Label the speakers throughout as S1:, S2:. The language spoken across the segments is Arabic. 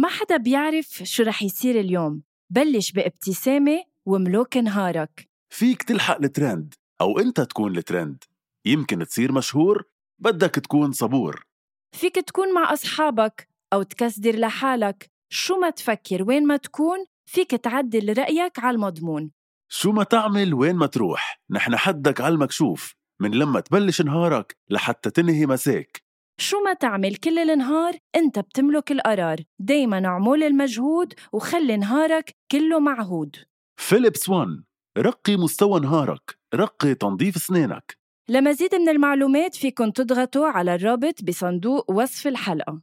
S1: ما حدا بيعرف شو رح يصير اليوم. بلش بابتسامة وملوك نهارك.
S2: فيك تلحق الترند أو أنت تكون الترند. يمكن تصير مشهور، بدك تكون صبور.
S1: فيك تكون مع أصحابك أو تكسدر لحالك. شو ما تفكر وين ما تكون، فيك تعدل رأيك على المضمون.
S2: شو ما تعمل وين ما تروح، نحن حدك على المكشوف، من لما تبلش نهارك لحتى تنهي مساك.
S1: شو ما تعمل كل النهار، انت بتملك القرار. دايما اعمل المجهود وخلي نهارك كله معهود.
S2: فيليبس وان، رقي مستوى نهارك، رقي تنظيف سنانك.
S1: لمزيد من المعلومات فيكن تضغطوا على الرابط بصندوق وصف الحلقة.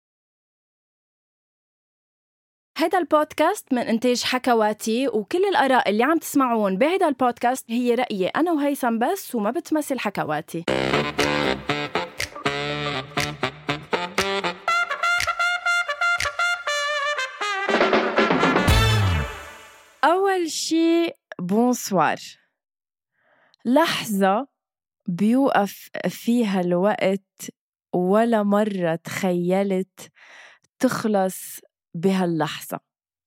S1: هيدا البودكاست من إنتاج حكواتي، وكل الآراء اللي عم تسمعون بهيدا البودكاست هي رأيي أنا وهيثم بس، وما بتمثل حكواتي. أول شي بونسوار، لحظة بيوقف فيها الوقت ولا مرة تخيلت تخلص بهاللحظة.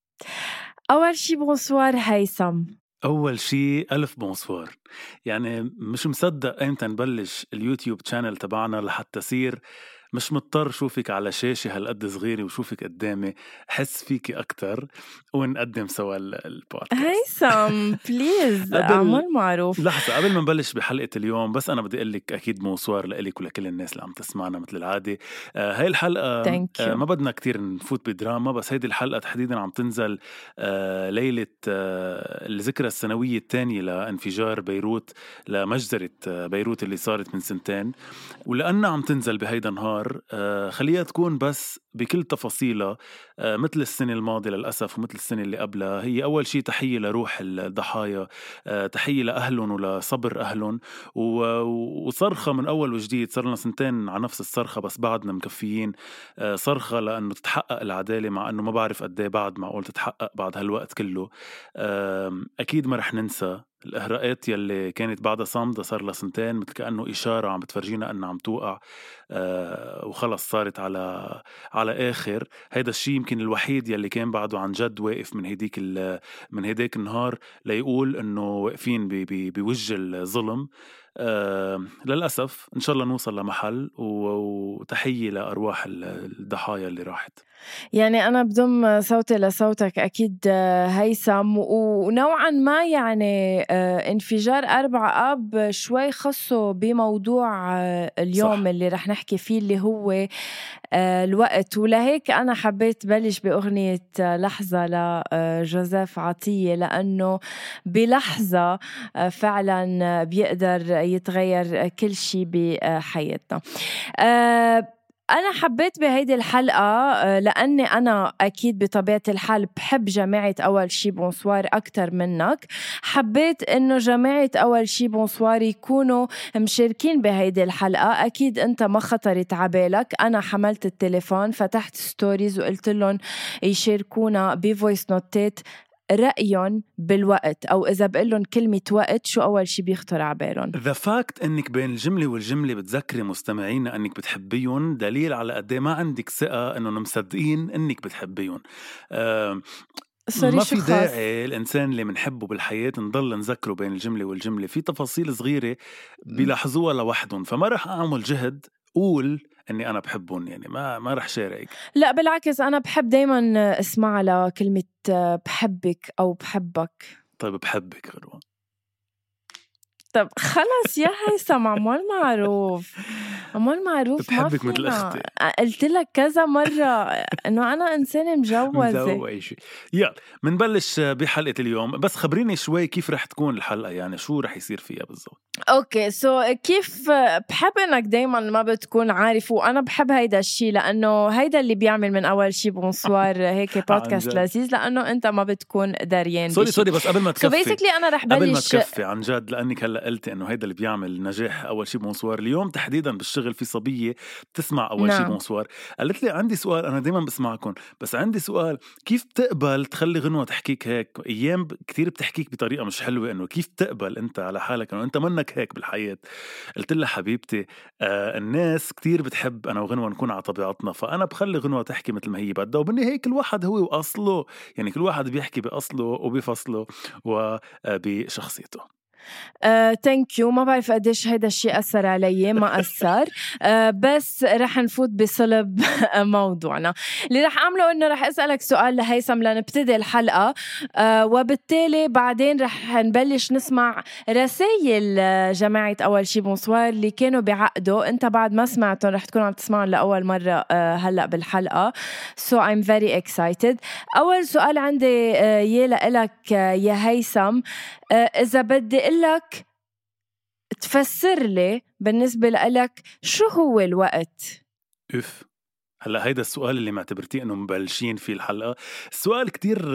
S1: أول شي بونسوار هيثم.
S3: أول شي ألف بونسوار. يعني مش مصدق أيمتى نبلش اليوتيوب channel تبعنا لحتى صير مش مضطر شوفك على شاشة هالقد صغيرة وشوفك قدامي، حس فيكي أكتر ونقدم سوا البودكاست.
S1: هيثم بليز أعمل معروف.
S3: لحظة قبل ما نبلش بحلقة اليوم، بس أنا بدي أقول لك أكيد بونسوار لإلك ولكل الناس اللي عم تسمعنا مثل العادة. هاي الحلقة ما بدنا كتير نفوت بدراما، بس هيدي الحلقة تحديدا عم تنزل ليلة الذكرى السنوية الثانية لانفجار بيروت، لمجزرة بيروت اللي صارت من 2 سنين. ولأنها عم تنزل بهيدا النهار خليها تكون بس بكل تفاصيلها مثل السنة الماضية للأسف ومثل السنة اللي قبلها. هي أول شيء تحية لروح الضحايا، تحية لأهلهم ولصبر أهلهم، وصرخة من أول وجديد. صار لنا 2 سنين على نفس الصرخة بس بعدنا مكفيين. صرخة لأنه تتحقق العدالة، مع أنه ما بعرف قد ايه بعد معقول تتحقق بعد هالوقت كله. أكيد ما رح ننسى الإهراءات يلي كانت بعدها صامدة صار لها 2 سنين، مثل كأنه إشارة عم بتفرجينا أنها عم توقع وخلص صارت على آخر. هيدا الشيء يمكن الوحيد يلي كان بعده عن جد واقف من هيداك النهار ليقول أنه واقفين بوجه الظلم. للأسف إن شاء الله نوصل لمحل، وتحية لأرواح الضحايا اللي راحت.
S1: يعني أنا بضم صوتي لصوتك أكيد هيثم، ونوعا ما يعني انفجار 4 آب شوي خصه بموضوع اليوم صح. اللي رح نحكي فيه اللي هو الوقت. ولهيك أنا حبيت بلش بأغنية لحظة لجوزيف عطية، لأنه بلحظة فعلا بيقدر يتغير كل شيء بحياتنا. أنا حبيت بهيدي الحلقة لأني أنا أكيد بطبيعة الحال بحب جماعة أول شي بونسوار أكتر منك. حبيت إنه جماعة أول شي بونسوار يكونوا مشاركين بهيدي الحلقة. أكيد أنت ما خطرت عبالك، أنا حملت التليفون فتحت ستوريز وقلت لهم يشاركونا بفويس نوتات رأيهم بالوقت، أو إذا بقلن كلمة وقت شو أول شي بيخطر عبالهم.
S3: The fact إنك بين الجملة والجملة بتذكري مستمعين أنك بتحبيهم دليل على قد ما عندك ثقة إنهم مصدقين إنك بتحبيهم. ما في داعي الإنسان اللي منحبه بالحياة نضل نذكره بين الجملة والجملة. في تفاصيل صغيرة بيلاحظوها لوحدهم، فما رح أعمل جهد قول اني انا بحبهم، يعني ما رح شارك.
S1: لا بالعكس، انا بحب دايما اسمع لكلمة بحبك او بحبك.
S3: طيب بحبك غروة.
S1: طب خلص يا هيثم عمول معروف
S3: بحبك مثل اختي.
S1: قلت لك كذا مرة انه انا انسانة مجوزة.
S3: يلا منبلش بحلقة اليوم، بس خبريني شوي كيف رح تكون الحلقة، يعني شو رح يصير فيها بالضبط.
S1: اوكي كيف بحب انك دايما ما بتكون عارف، وانا بحب هيدا الشيء لانه هيدا اللي بيعمل من اول شيء بونسوار هيك بودكاست لذيذ، لانه انت ما بتكون داريان.
S3: سوري بس قبل ما تكفي
S1: انا رح بلش
S3: قبل ما تكفي عن جد، لانك هلا قلتي انه هيدا اللي بيعمل نجاح اول شي بونسوار. اليوم تحديدا بالشغل في صبيه بتسمع اول شي بونسوار، قالت لي عندي سؤال، انا دايما بسمعكم بس عندي سؤال، كيف بتقبل تخلي غنوه تحكيك هيك؟ ايام كتير بتحكيك بطريقه مش حلوه، انه كيف تقبل انت على حالك انه انت منك هيك بالحياه؟ قلت لها حبيبتي الناس كتير بتحب انا وغنوه نكون على طبيعتنا، فانا بخلي غنوه تحكي مثل ما هي بدها، وبالنهايه كل واحد هو واصله، يعني كل واحد بيحكي باصله وبفصله وبشخصيته.
S1: thank you. ما بعرف قديش هيدا الشيء أثر علي، ما أثر. بس رح نفوت بصلب موضوعنا. اللي رح أعمله إنه رح أسألك سؤال لهيثم لنبتدي الحلقة، وبالتالي بعدين رح نبلش نسمع رسائل جماعة أول شي بونسوار اللي كانوا بيعقدوا. أنت بعد ما سمعتهم رح تكون عم تسمعهم لأول مرة هلأ بالحلقة. So I'm very excited. أول سؤال عندي لك يا هيثم، إذا بدي قلك تفسر لي بالنسبة لك شو هو الوقت؟
S3: هلأ هيدا السؤال اللي معتبرتيه أنه مبلشين في الحلقة، السؤال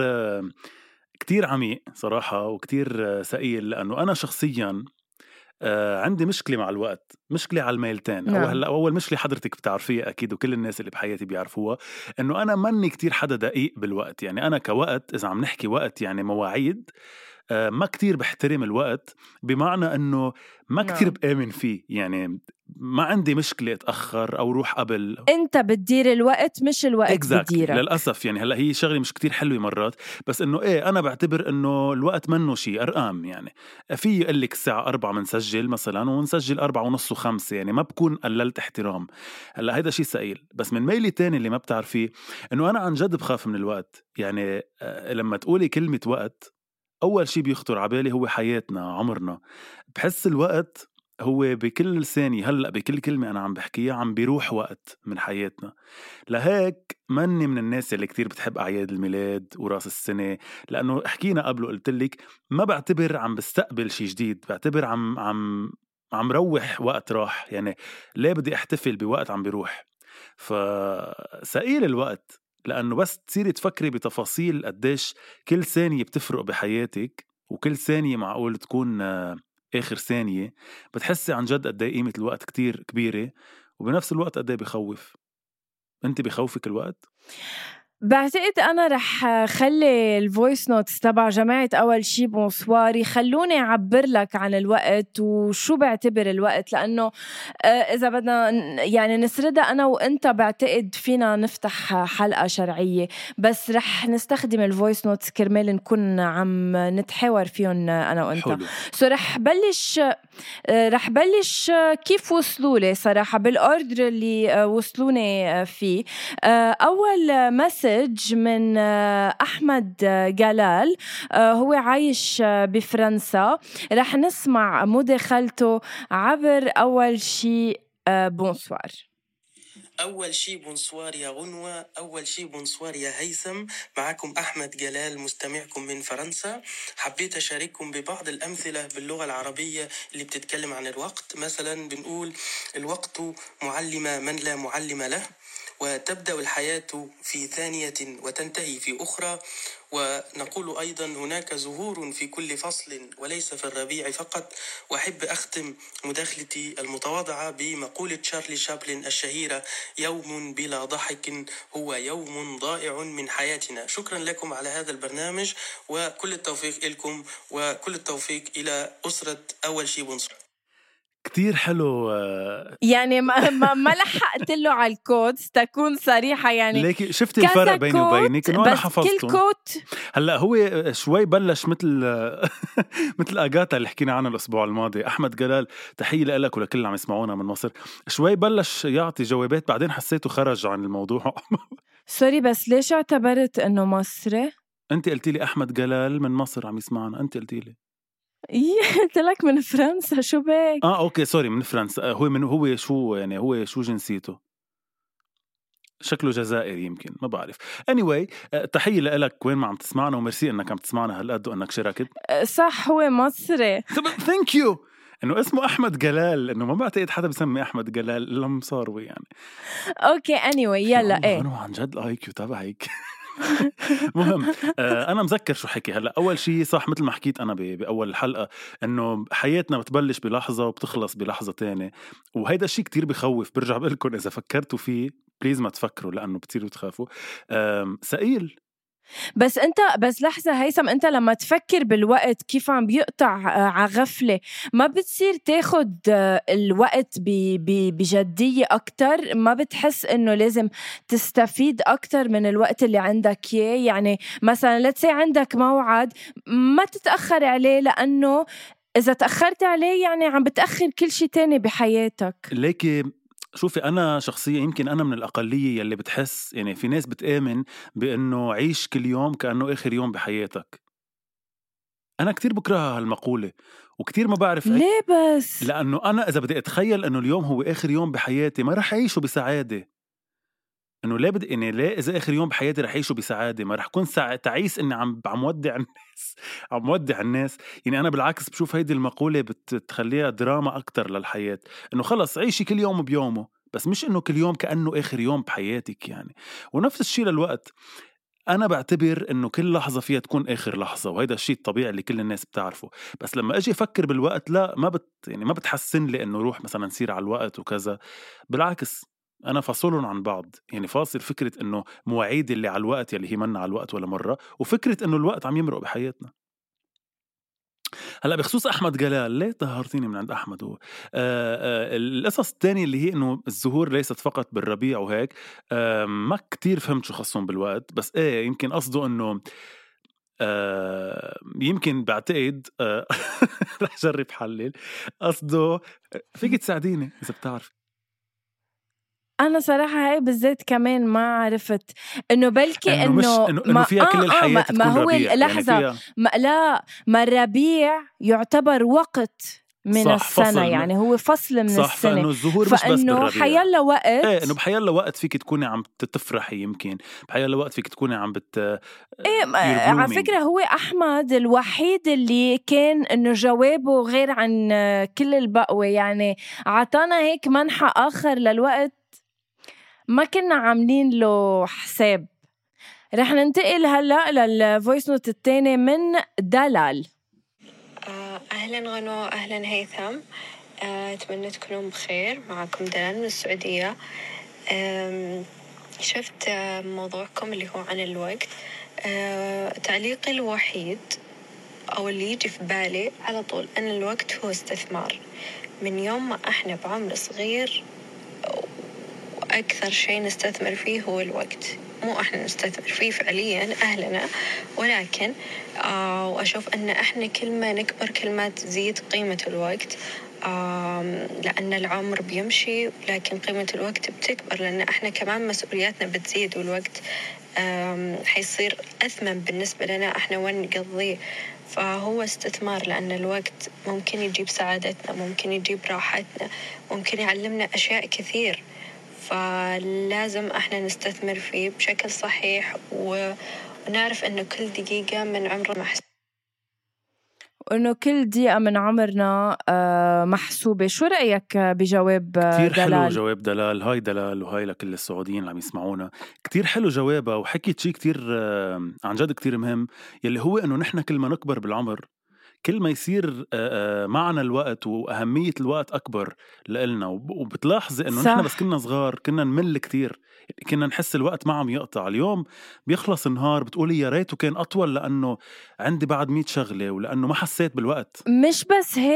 S3: كتير عميق صراحة وكتير سئيل، لأنه أنا شخصياً عندي مشكلة مع الوقت، مشكلة على الميلتين. هلأ أول مشكلة حضرتك بتعرفيها أكيد وكل الناس اللي بحياتي بيعرفوها، أنه أنا مني كتير حدا دقيق بالوقت. يعني أنا كوقت، إذا عم نحكي وقت يعني مواعيد، ما كتير بحترم الوقت، بمعنى أنه ما كتير بآمن فيه. يعني ما عندي مشكلة أتأخر أو روح قبل.
S1: أنت بتدير الوقت مش الوقت بديرك.
S3: للأسف يعني هلأ هي شغلة مش كتير حلوة مرات، بس إنه أنا بعتبر إنه الوقت منه شيء أرقام. يعني في يقلك الساعة 4 منسجل مثلا ونسجل 4:30 و5، يعني ما بكون قللت احترام. هلأ هيدا شيء سئيل. بس من ميلي تاني اللي ما بتعرفيه إنه أنا عن جد بخاف من الوقت. يعني لما تقولي كلمة وقت أول شيء بيخطر عبالي هو حياتنا، عمرنا. بحس الوقت هو بكل ثانية، هلأ بكل كلمة أنا عم بحكيها عم بيروح وقت من حياتنا. لهيك مني من الناس اللي كتير بتحب أعياد الميلاد وراس السنة، لأنه حكينا قبله قلتلك ما بعتبر عم بستقبل شي جديد، بعتبر عم روح وقت راح. يعني ليه بدي احتفل بوقت عم بيروح؟ فسئيل الوقت، لأنه بس تصيري تفكري بتفاصيل قديش كل ثانية بتفرق بحياتك، وكل ثانية معقول تكون آخر ثانية، بتحسي عن جد قد ايه قيمة الوقت كتير كبيرة، وبنفس الوقت قد ايه بخوف. انت بخوفك الوقت؟
S1: بعتقد أنا رح خلي الفويس نوتس تبع جماعة أول شي بونسوار يخلوني أعبر لك عن الوقت وشو بعتبر الوقت، لأنه إذا بدنا يعني نسردها أنا وإنت بعتقد فينا نفتح حلقة شرعية، بس رح نستخدم الفويس نوتس كرمال نكون عم نتحاور فيهم أنا وإنت. رح بلش كيف وصلوا لي صراحة بالأوردر اللي وصلوني فيه. أول مسج من أحمد جلال، هو عايش بفرنسا. رح نسمع مداخلته عبر أول شي بونسوار.
S4: أول شي بونسوار يا غنوة، أول شي بونسوار يا هيثم. معكم أحمد جلال مستمعكم من فرنسا. حبيت أشارككم ببعض الأمثلة باللغة العربية اللي بتتكلم عن الوقت. مثلا بنقول الوقت معلم من لا معلم له، وتبدأ الحياة في ثانية وتنتهي في أخرى. ونقول أيضا هناك زهور في كل فصل وليس في الربيع فقط. وأحب أختم مداخلتي المتواضعة بمقولة شارلي شابلن الشهيرة: يوم بلا ضحك هو يوم ضائع من حياتنا. شكرا لكم على هذا البرنامج، وكل التوفيق لكم، وكل التوفيق إلى أسرة أول شي بونسوار.
S3: كتير حلو.
S1: يعني ما لحقت له على الكود تكون صريحة. يعني
S3: ليكي شفتي الفرق بيني وبينك انه انا حفظتهم.
S1: كل كود
S3: هلا هو شوي بلش مثل اغاتا اللي حكينا عنها الاسبوع الماضي. احمد جلال تحية لك ولكل اللي عم يسمعونا من مصر. شوي بلش يعطي جوابات، بعدين حسيته خرج عن الموضوع.
S1: سوري، بس ليش اعتبرت انه مصري؟
S3: انت قلتي لي احمد جلال من مصر عم يسمعنا، انت قلتي لي.
S1: قلت لك من فرنسا، شو بك؟
S3: اوكي سوري، من فرنسا. هو شو جنسيته؟ شكله جزائري يمكن، ما بعرف. anyway تحية لك وين ما عم تسمعنا، وميرسي انك عم تسمعنا هالقد وانك شاركت.
S1: صح هو مصري.
S3: ثانك يو. انه اسمه احمد جلال، انه ما بعتقد حدا بسمي احمد جلال الا مصاروي يعني.
S1: اوكي anyway يلا
S3: انا عن جد الاي كيو تبعك مهم. أنا مذكر شو حكي هلأ. أول شيء صح مثل ما حكيت أنا بأول الحلقة إنه حياتنا بتبلش بلحظة وبتخلص بلحظة تانية، وهيدا الشيء كتير بخوف. برجع بقولكم إذا فكرتوا فيه بليز ما تفكروا لأنه بتصيروا تخافوا. سئيل.
S1: بس لحظة هيثم، انت لما تفكر بالوقت كيف عم بيقطع على غفلة، ما بتصير تاخد الوقت بجدية أكتر؟ ما بتحس إنه لازم تستفيد أكتر من الوقت اللي عندك إياه؟ يعني مثلا let's say عندك موعد، ما تتأخر عليه، لأنه إذا تأخرت عليه يعني عم بتأخر كل شيء تاني بحياتك.
S3: ليكي شوفي، أنا شخصيا يمكن أنا من الأقلية يلي بتحس، يعني في ناس بتآمن بأنه عيش كل يوم كأنه آخر يوم بحياتك. أنا كتير بكرهها هالمقولة وكتير ما بعرف
S1: ليه بس؟
S3: لأنه أنا إذا بدي أتخيل أنه اليوم هو آخر يوم بحياتي ما رح أعيشه بسعادة. إنه ليه يعني ليه إذا آخر يوم بحياتي رح أعيشه بسعادة؟ ما رح أكون تعيس إني عم ودع الناس عم ودع الناس. يعني أنا بالعكس بشوف هيدي المقولة بتخليها دراما أكتر للحياة، إنه خلص عيشي كل يوم بيومه، بس مش إنه كل يوم كأنه آخر يوم بحياتك يعني. ونفس الشيء للوقت، أنا بعتبر إنه كل لحظة فيها تكون آخر لحظة، وهيدا الشيء الطبيعي اللي كل الناس بتعرفه. بس لما أجي أفكر بالوقت لا، يعني ما بتحسن لي إنه روح مثلا نسير على الوقت وكذا. بالعكس أنا فاصلهم عن بعض، يعني فاصل فكرة إنه مواعيد اللي على الوقت يلي هي منا على الوقت ولا مرة، وفكرة إنه الوقت عم يمرق بحياتنا. هلا بخصوص أحمد جلال، ليه طهرتيني من عند أحمد؟ هو القصص الثانية اللي هي إنه الزهور ليست فقط بالربيع وهيك، ما كتير فهمت شو خصهم بالوقت. بس إيه يمكن قصده إنه يمكن بعتقد رح جرب حلل قصده. فيك تساعديني إذا بتعرف؟
S1: أنا صراحة هاي بالذات كمان ما عرفت إنه بلكي إنه
S3: فيها كل الحياة
S1: ما هو لحظة
S3: يعني
S1: ما الربيع يعتبر وقت من السنة، يعني هو فصل من
S3: صح
S1: السنة.
S3: فإنه الزهور مش بس بالربيع،
S1: حيالله وقت.
S3: إيه إنه بحيالله وقت فيك تكوني عم تفرحي، يمكن بحيالله وقت فيك تكوني عم
S1: إيه على فكرة هو أحمد الوحيد اللي كان إنه جوابه غير عن كل البقوة، يعني عطانا هيك منحى آخر للوقت ما كنا عاملين له حساب. رح ننتقل هلأ للفويس نوت الثاني من دلال.
S5: أهلا غنو، أهلا هيثم، أتمنى تكونوا بخير. معكم دلال من السعودية. شفت موضوعكم اللي هو عن الوقت. تعليقي الوحيد أو اللي يجي في بالي على طول أن الوقت هو استثمار. من يوم ما إحنا بعمر صغير أكثر شيء نستثمر فيه هو الوقت. مو إحنا نستثمر فيه فعليا أهلنا، ولكن وأشوف أن إحنا كل ما نكبر كل ما تزيد قيمة الوقت، لأن العمر بيمشي لكن قيمة الوقت بتكبر، لأن إحنا كمان مسؤولياتنا بتزيد، والوقت حيصير أثمن بالنسبة لنا إحنا وين نقضيه. فهو استثمار، لأن الوقت ممكن يجيب سعادتنا، ممكن يجيب راحتنا، ممكن يعلمنا أشياء كثير. فلازم احنا نستثمر فيه بشكل صحيح ونعرف انه كل دقيقة من عمرنا محسوبة،
S1: وانه كل دقيقة من عمرنا محسوبة. شو رأيك بجواب دلال؟
S3: كتير حلو جواب دلال. هاي دلال وهاي لكل السعوديين اللي عم يسمعونا. كتير حلو جوابها، وحكيت شيء كتير عن جد كتير مهم، يلي هو انه نحن كل ما نكبر بالعمر كل ما يصير معنا الوقت وأهمية الوقت أكبر لإلنا. وبتلاحظي إنه نحن بس كنا صغار كنا نمل كتير، كنا نحس الوقت ما عم يقطع. اليوم بيخلص النهار بتقولي يا ريته كان أطول لأنه عندي بعد 100 شغلة، ولأنه ما حسيت بالوقت.
S1: مش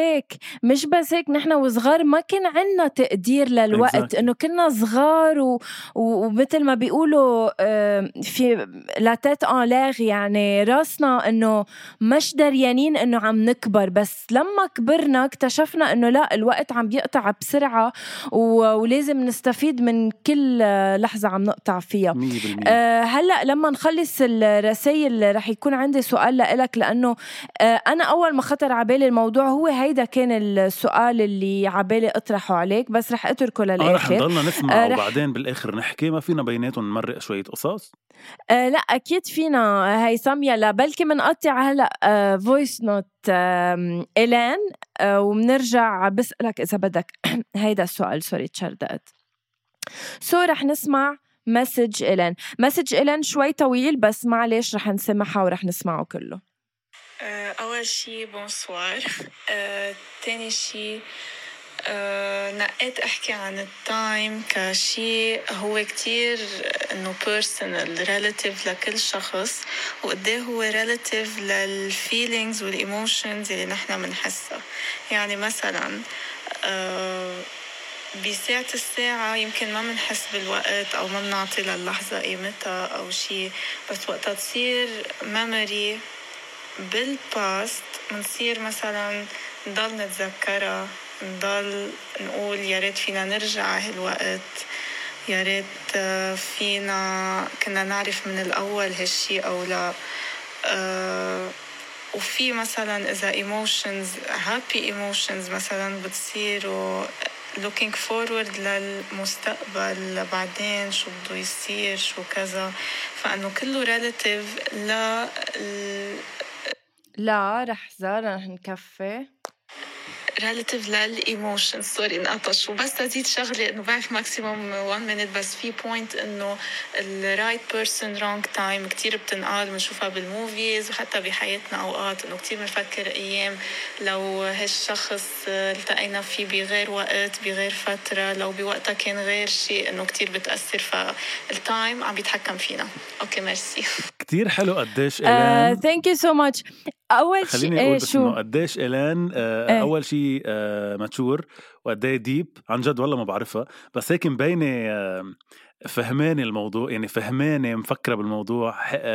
S1: بس هيك نحن وصغار ما كان عنا تقدير للوقت. إنه كنا صغار ومثل ما بيقولوا في لاتات ان لاغ، يعني راسنا إنه مش دريانين إنه عم نكبر. بس لما كبرنا اكتشفنا إنه لا، الوقت عم بيقطع بسرعة ولازم نستفيد من كل لحظة عم نقطع فيها. هلأ لما نخلص الرسائل رح يكون عندي سؤال لإلك، لأنه أنا أول ما خطر عبالي الموضوع هو هيدا كان السؤال اللي عبالي أطرحه عليك، بس رح أتركه للآخر.
S3: رح نضلنا نسمع وبعدين بالآخر نحكي، ما فينا بيناتهم نمرق شوية قصص.
S1: لا أكيد فينا هيثم. يلا بلكي منقطع هلأ فويس نوت إيلان ومنرجع بسألك إذا بدك هيدا السؤال. سوري تشردقت. رح نسمع مسج إلين شوي طويل بس معلش رح نسمعها ورح نسمعه كله.
S5: أول شي بونسوار. تاني شي نقيت أحكي عن التايم كشي هو كتير إنه personal relative لكل شخص، وقديه هو relative للفيلينجز والإيموشنز اللي نحنا منحسها. يعني مثلا بساعة الساعة يمكن ما منحس بالوقت أو ما منعطي للحظة قيمتها أو شي، بس وقتها تصير memory بالباست منصير مثلا نضل نتذكرها، نضل نقول يا ريت فينا نرجع هالوقت، يا ريت فينا كنا نعرف من الأول هالشي أو لا. وفي مثلا إذا emotions happy emotions مثلا بتصيروا looking forward للمستقبل بعدين شو بده يصير شو كذا، فأنه كله relative
S1: لا رح نكفي
S5: relative للإيموشن. سوري نقطش، وبس تزيد شغلة إنه بعرف ماكسيموم 1 minute، بس في بوينت إنه right person wrong time كتير بتنقال بنشوفها بالموفيز وحتى بحياتنا أوقات، إنه كتير بنفكر أيام لو هالشخص التقينا فيه بغير وقت بغير فترة، لو بوقتها كان غير شيء، إنه كتير بتأثر، فالتايم عم بيتحكم فينا. أوكي ميرسي.
S3: كتير حلو قديش إلين.
S1: thank you so much. أول شيء
S3: خليني أقول بس إنه قديش إلين أول شيء ماتشور وقديه ديب عن جد والله ما بعرفها، بس هيك مبينة فهماني الموضوع، يعني فهماني مفكرة بالموضوع.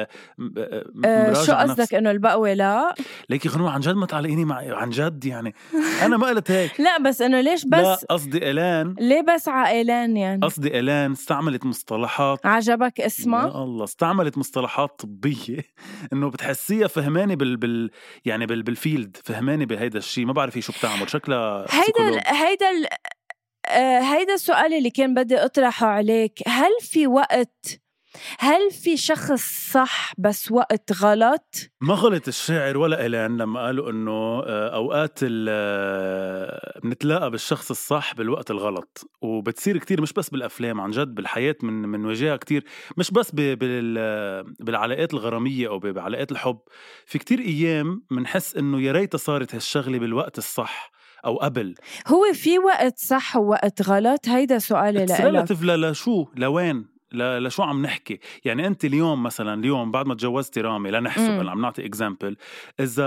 S1: شو قصدك إنه البقوة لا
S3: ليكي خنوع عن جد ما تعلقيني مع عن جد، يعني أنا ما قلت هيك.
S1: لا بس إنه ليش بس
S3: لا قصدي إلين،
S1: ليه بس عائلان يعني
S3: قصدي إلين استعملت مصطلحات
S1: عجبك اسمها؟
S3: يا الله استعملت مصطلحات طبية إنه بتحسيها فهماني يعني بالفيلد، فهماني بهيدا الشيء، ما بعرف شو بتعمل شكلها.
S1: هيدا السؤال اللي كان بدي أطرحه عليك. هل في شخص صح بس وقت غلط؟
S3: ما غلط الشاعر ولا إلين لما قالوا إنه أوقات بنتلاقى بالشخص الصح بالوقت الغلط، وبتصير كتير مش بس بالأفلام، عن جد بالحياة من وجهها كتير، مش بس بالعلاقات الغرامية أو بعلاقات الحب. في كتير أيام منحس إنه يا ريت صارت هالشغلة بالوقت الصح أو قبل.
S1: هو في وقت صح ووقت غلط؟ هيدا سؤالي لك.
S3: لشو لوين لشو عم نحكي؟ يعني أنت اليوم مثلا اليوم بعد ما تجوزتي رامي لنحسب عم نعطي إكزامبل، إذا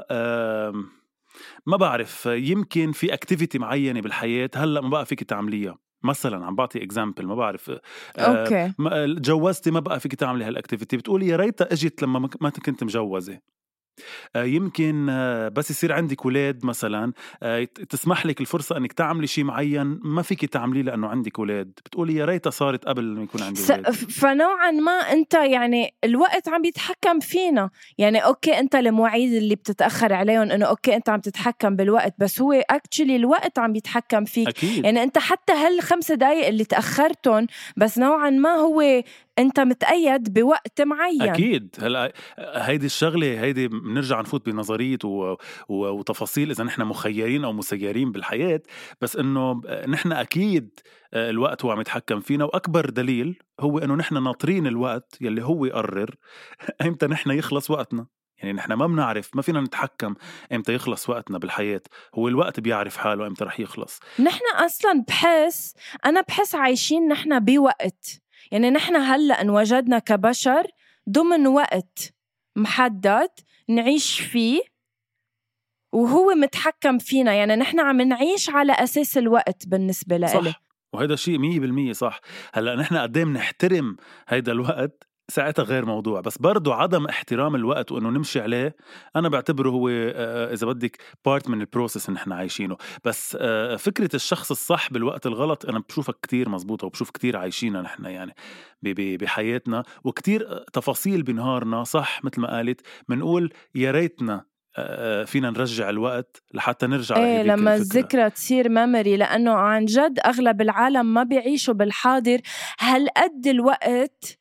S3: ما بعرف يمكن في أكتيفيتي معينة بالحياة هلأ ما بقى فيك تعمليها، مثلا عم بعطي إكزامبل ما بعرف.
S1: أوكي.
S3: جوزتي ما بقى فيك تعملي هالأكتيفيتي، بتقولي يا ريت أجيت لما ما كنت مجوزة. يمكن بس يصير عندك ولاد مثلا تسمح لك الفرصة أنك تعملي شيء معين ما فيك تعمليه لأنه عندك ولاد، بتقولي يا ريت صارت قبل ما يكون عندي ولاد.
S1: فنوعا ما أنت يعني الوقت عم بيتحكم فينا، يعني أوكي أنت المواعيد اللي بتتأخر عليهم إنه أوكي أنت عم تتحكم بالوقت، بس هو actually الوقت عم بيتحكم فيك.
S3: أكيد.
S1: يعني أنت حتى هال5 دقايق اللي تأخرتهم بس نوعا ما هو أنت متقيد بوقت معين.
S3: أكيد. هلا هيدي الشغلة هيدي بنرجع نفوت بنظرية وتفاصيل إذا نحن مخيرين أو مسيرين بالحياة، بس إنه نحن أكيد الوقت هو عم يتحكم فينا، وأكبر دليل هو إنه نحن ناطرين الوقت يلي هو يقرر إمتى نحن يخلص وقتنا. يعني نحن ما بنعرف، ما فينا نتحكم إمتى يخلص وقتنا بالحياة، هو الوقت بيعرف حاله إمتى رح يخلص.
S1: نحن أصلاً بحس عايشين نحن بوقت، يعني نحن هلأ انوجدنا كبشر ضمن وقت محدد نعيش فيه وهو متحكم فينا، يعني نحن عم نعيش على أساس الوقت بالنسبة لإلي.
S3: صح، وهذا شيء 100% صح. هلأ نحن قدام نحترم هيدا الوقت ساعتها غير موضوع، بس برضو عدم احترام الوقت وإنه نمشي عليه أنا بعتبره هو إذا بدك بارت من البروسيس اللي نحن عايشينه. بس فكرة الشخص الصح بالوقت الغلط أنا بشوفها كتير مزبوطة، وبشوف كتير عايشينها نحن يعني بحياتنا، وكتير تفاصيل بنهارنا صح مثل ما قالت منقول يا ريتنا فينا نرجع الوقت لحتى نرجع
S1: لما الذكرى تصير ميموري، لأنه عن جد أغلب العالم ما بيعيشوا بالحاضر. هل قد الوقت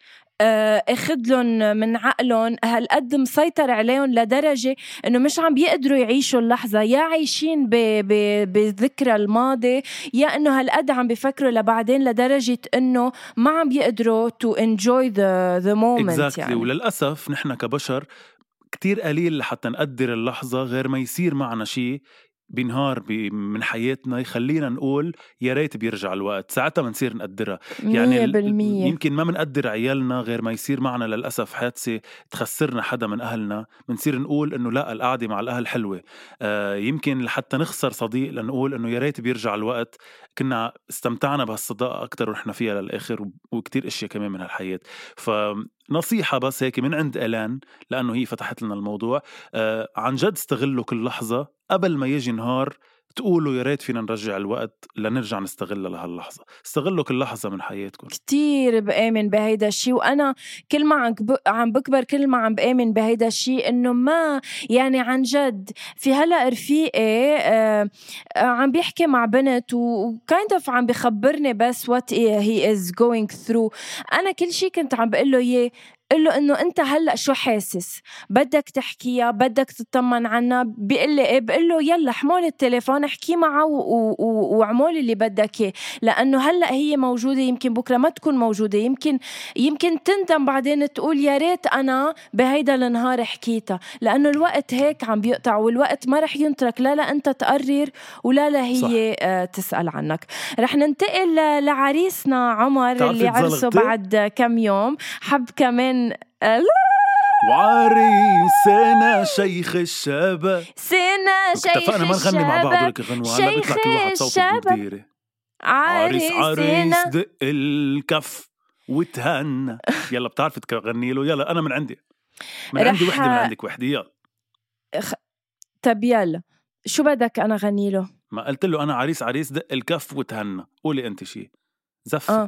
S1: اخدلن من عقلن، هالقد مسيطر عليهم لدرجة انه مش عم بيقدروا يعيشوا اللحظة، يا عايشين بذكرى الماضي، يا انه هالقد عم بيفكروا لبعدين لدرجة انه ما عم بيقدروا to enjoy the moment. يعني
S3: وللأسف نحن كبشر كتير قليل لحتى نقدر اللحظة، غير ما يصير معنا شيء بنهار من حياتنا يخلينا نقول يا ريت بيرجع الوقت، ساعتها منصير نقدرها. يعني يمكن ما منقدر عيالنا غير ما يصير معنا للأسف حادثة تخسرنا حدا من أهلنا، منصير نقول إنه لا القعدة مع الأهل حلوة. يمكن لحتى نخسر صديق لنقول إنه يا ريت بيرجع الوقت، كنا استمتعنا بهالصداقة أكتر ونحن فيها للآخر، وكتير إشياء كمان من هالحياة. نصيحة بس هيك من عند إلان، لأنه هي فتحت لنا الموضوع، عن جد استغلوا كل لحظة قبل ما يجي نهار تقولوا يا ريت فينا نرجع الوقت لنرجع نستغلها لهاللحظة. استغلوا كل لحظة من حياتكم.
S1: كتير بآمن بهيدا الشيء، وأنا كل ما عم بكبر كل ما عم بآمن بهيدا الشيء، إنه ما يعني عن جد. في هلأ رفيقي عم بيحكي مع بنت وكايند اوف عم بيخبرني بس what he is going through. أنا كل شيء كنت عم بقول له قل له إنه أنت هلأ شو حاسس، بدك تحكيها، بدك تطمن عنها. بيقول لي إيه؟ بقول له يلا حمول التليفون احكي معه وعمول اللي بدك إياه، لأنه هلأ هي موجودة، يمكن بكرة ما تكون موجودة، يمكن تندم بعدين تقول يا ريت أنا بهيدا النهار حكيتها، لأنه الوقت هيك عم بيقطع، والوقت ما رح ينترك لا أنت تقرر ولا هي تسأل عنك. رح ننتقل لعريسنا عمر اللي عرسه بعد كم يوم. حب كمان
S3: وعريسنا شيخ الشباب،
S1: سنة شيخ الشباب،
S3: اتفقنا ما نغني مع بعض ولك غنوة، هلا بيطلع كل واحد صوته كبيرة. عريس دق الكف وتهنى. يلا بتعرف تغني له؟ يلا أنا من عندي وحدة، من عندك وحدة، يلا.
S1: طب يلا شو بدك أنا غني له؟
S3: ما قلت له أنا عريس دق الكف وتهنى، قولي أنت شي زفة.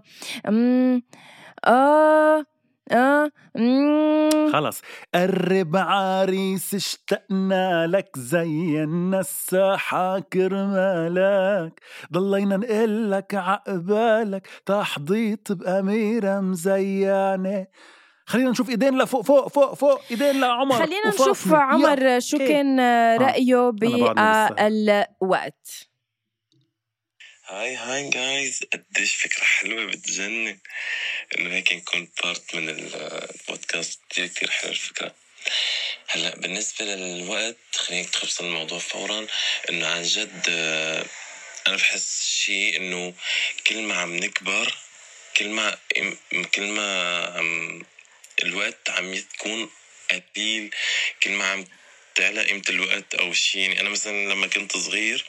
S3: خلص. قرب عريس اشتقنا لك، زينا الساحة كرمالك، ضلينا نقلك عقبالك، تحضيط بأميرة مزيانة. خلينا نشوف ايدين لفوق فوق فوق فوق، ايدين لعمر.
S1: خلينا نشوف عمر شو كان رأيه بالوقت.
S6: هاي جايز، قديش فكرة حلوة بتجنن انه هيك نكون بارت من البودكاست. كتير حلوة الفكرة. هلا بالنسبة للوقت خليني تخبص الموضوع فورا، انه عن جد انا بحس شيء انه كل ما عم نكبر كل ما الوقت عم يكون قليل، كل ما عم تعلى قيمة الوقت او شيء. يعني انا مثلا لما كنت صغير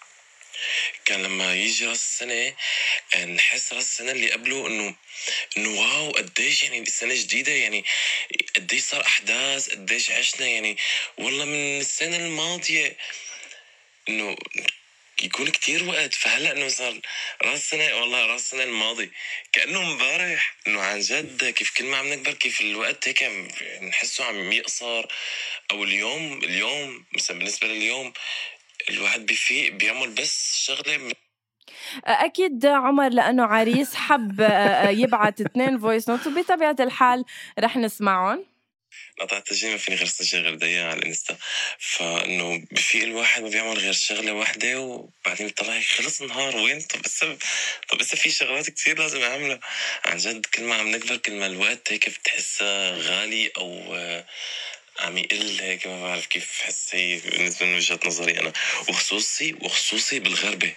S6: كان لما يجي راس السنة نحس راس السنة اللي قبله انه واو قديش يعني السنة جديدة، يعني قديش صار احداث، قديش عشنا، يعني والله من السنة الماضية انه يكون كتير وقت. فهلأ انه صار راس السنة، والله راس السنة الماضي كأنه مبارح. انه عن جد كيف كل ما عم نكبر كيف الوقت هيك نحسه عم يقصر. او اليوم مثلا بالنسبة لليوم الواحد بيفيق بيعمل بس شغلة.
S1: أكيد عمر لأنه عريس حب يبعت 2 فويس نوت، وبطبيعة الحال رح نسمعهم.
S6: قطعت تسجيل ما فيني غير سجل غير دقيقة على الانستا. فإنه بيفيق الواحد ما بيعمل غير شغلة واحدة، وبعدين بيطلع خلص النهار وين. طب بس في شغلات كتير لازم أعملها. عن جد كل ما عم نكبر كل ما الوقت هيك بتحسها غالي أو عم يقل هيك. ما بعرف كيف حس هي بالنسبة من وجهة نظري أنا، وخصوصي بالغربة.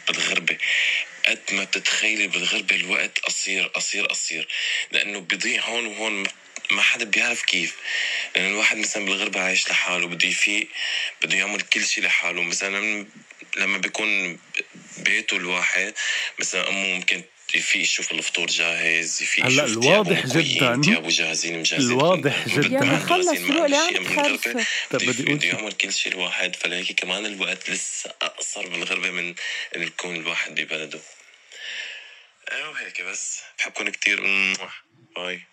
S6: قد ما بتتخيلي بالغربة الوقت قصير، لأنه بيضيع هون وهون ما حدا بيعرف كيف. لأن الواحد مثلا بالغربة عايش لحاله، بده يفيق بده يعمل كل شيء لحاله. مثلا لما بيكون بيته الواحد مثلا أمه ممكن يفيق يشوف الفطور جاهز، يفيق
S3: هلا
S6: يشوف
S3: الواضح جدا
S6: مجهزين
S3: الواضح جدا
S1: خلص روح
S6: بده يعمل كل شيء الواحد. فلهيك كمان الوقت لسه أقصر بالغربة من إنه يكون الواحد ببلده. وهيك بس بحبكم كتير. باي.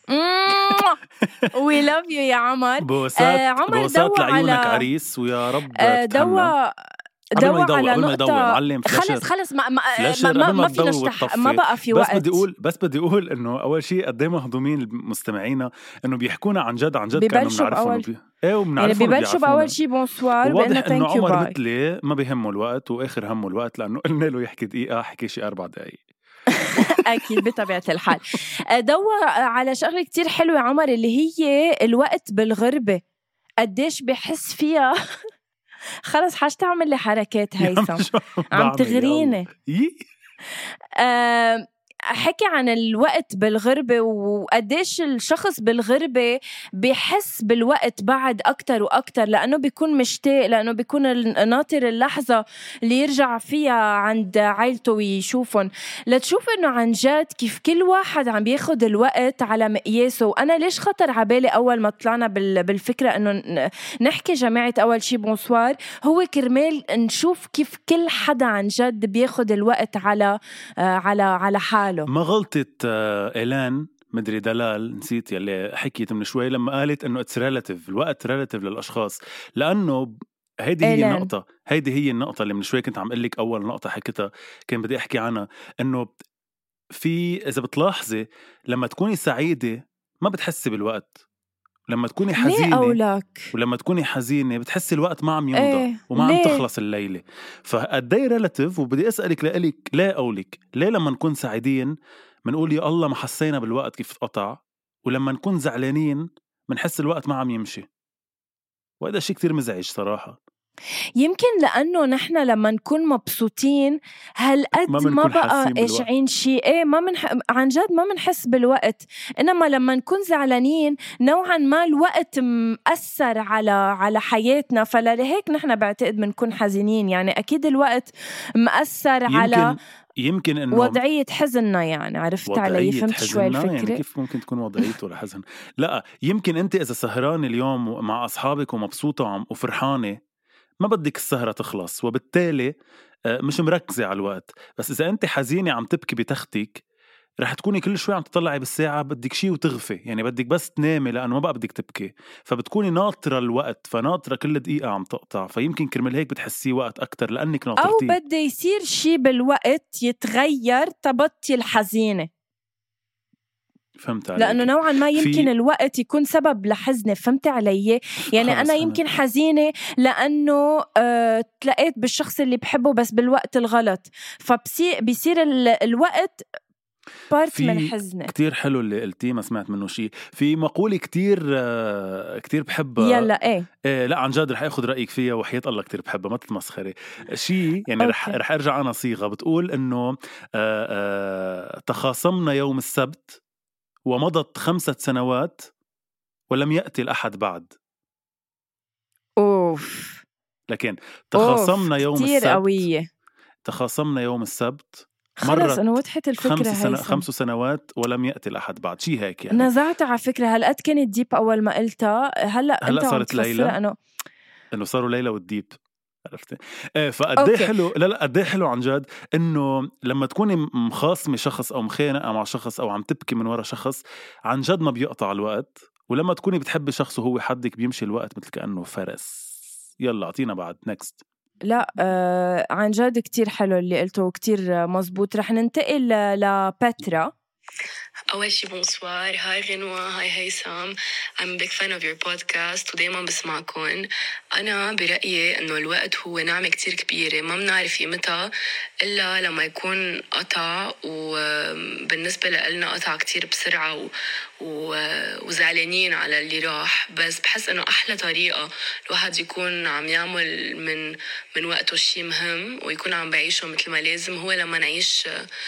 S1: we love you يا عمر.
S3: بوسات لعيونك عريس، ويا رب
S1: دور على نقطة.
S3: معلم
S1: خلص ما في ما بقى في وقت.
S3: بدي أقول إنه أول شيء قد ما مهضومين مستمعينا إنه بيحكونا عن جد كانوا بنعرفهم
S1: يعني ببلشوا بأول شيء بونسوار
S3: واضح إنه عمر مثلي ما بيهمه الوقت وآخر همه الوقت، لأنه قلنا له يحكي دقيقة حكي شي 4 دقايق.
S1: أكيد بطبيعة الحال. دور على شغلة كتير حلوة عمر اللي هي الوقت بالغربة، قديش بحس فيها. خلص حاج تعمل لي حركات هيثم عم تغريني. حكي عن الوقت بالغربة وقديش الشخص بالغربة بيحس بالوقت بعد أكتر وأكتر، لأنه بيكون مشتاق، لأنه بيكون ناطر اللحظة اللي يرجع فيها عند عائلته ويشوفهم. لتشوف إنه عن جد كيف كل واحد عم بياخد الوقت على مقياسه. وأنا ليش خطر عبالي أول ما طلعنا بالفكرة إنه نحكي جماعة أول شي بونسوار، هو كرمال نشوف كيف كل حدا عن جد بياخد الوقت على حاله.
S3: ما غلطت إيلان مدري دلال نسيت يلي حكيت من شوي لما قالت إنه it's relative، الوقت relative للأشخاص، لأنه هيدي هي النقطة اللي من شوي كنت عم قلك أول نقطة حكيتها كان بدي أحكي عنها، إنه في إذا بتلاحظي لما تكوني سعيدة ما بتحسي بالوقت، لما تكوني حزينة ولما تكوني حزينة بتحسي الوقت ما عم يمضى وما عم تخلص الليلة. فقدي ريلاتيف. وبدي أسألك ليه أولك ليه لما نكون سعيدين منقول يا الله ما حسينا بالوقت كيف تقطع، ولما نكون زعلانين منحس الوقت ما عم يمشي؟ وهذا شيء كتير مزعج صراحة.
S1: يمكن لأنه نحن لما نكون مبسوطين هالقد ما بقى إشعين شيء عن جد ما منحس بالوقت. إنما لما نكون زعلانين نوعا ما الوقت مأثر على حياتنا، فلهيك نحن بعتقد منكون حزينين. يعني أكيد الوقت مأثر على
S3: يمكن إنه
S1: وضعية حزننا. يعني عرفت علي؟ فهمت شوي الفكرة؟
S3: يعني كيف ممكن تكون وضعيته ولا حزن؟ لا يمكن أنت إذا سهران اليوم مع أصحابك ومبسوطة وفرحانة ما بدك السهرة تخلص، وبالتالي مش مركزة على الوقت. بس إذا أنت حزينة عم تبكي بتختك رح تكوني كل شوي عم تطلعي بالساعة بدك شي وتغفي، يعني بدك بس تنامي لأنه ما بقى بدك تبكي، فبتكوني ناطرة الوقت، فناطرة كل دقيقة عم تقطع، فيمكن كرمال هيك بتحسيه وقت أكتر لأنك ناطرتيه.
S1: أو بده يصير شي بالوقت يتغير تبطي الحزينة.
S3: فهمت عليك؟
S1: لأنه نوعا ما يمكن الوقت يكون سبب لحزنة. فهمت علي؟ يعني أنا يمكن حزينة لأنه تلاقيت بالشخص اللي بحبه بس بالوقت الغلط، فبيصير الوقت بارت من حزنة.
S3: كتير حلو اللي قلتيه، ما سمعت منه شيء. في مقولة كتير بحبها.
S1: يلا
S3: لا عن جد رح أخذ رأيك فيها وحياة الله كتير بحبها، ما تتمسخري شيء. يعني رح أرجع أنا صيغة بتقول إنه تخاصمنا يوم السبت ومضت 5 سنوات ولم يأتي الأحد بعد.
S1: أوف.
S3: لكن تخاصمنا يوم السبت
S1: قوية.
S3: تخاصمنا يوم السبت
S1: خلص أنا وضحت الفكرة.
S3: 5 سنوات ولم يأتي الأحد بعد. شي هيك يعني.
S1: نزعت على فكرة. هلقت كانت ديب أول ما قلتها. هلأ
S3: صارت ليلى إنه صاروا ليلى والديب. عرفتي؟ فقدي حلو. لا قدي حلو عن جد إنه لما تكوني مخاصمة شخص أو مخانقة مع شخص أو عم تبكي من وراء شخص عن جد ما بيقطع الوقت، ولما تكوني بتحبي شخص وهو حدك بيمشي الوقت مثل كأنه فرس. يلا أعطينا بعد نكست.
S1: لا عن جد كتير حلو اللي قلته، كتير مزبوط. رح ننتقل لباترا.
S5: أول شي بونسوار، هاي غنوة، هاي هيثم. I'm a big fan of your podcast ودايما بسمعكم. أنا برأيي أنه الوقت هو نعمة كتير كبيرة ما بنعرف قيمتها إلا لما يكون قطع، وبالنسبة لنا قطع كتير بسرعة وزعلانين على اللي راح. بس بحس أنه أحلى طريقة الواحد يكون عم يعمل من وقته شي مهم ويكون عم بعيشه مثل ما لازم هو لما نعيش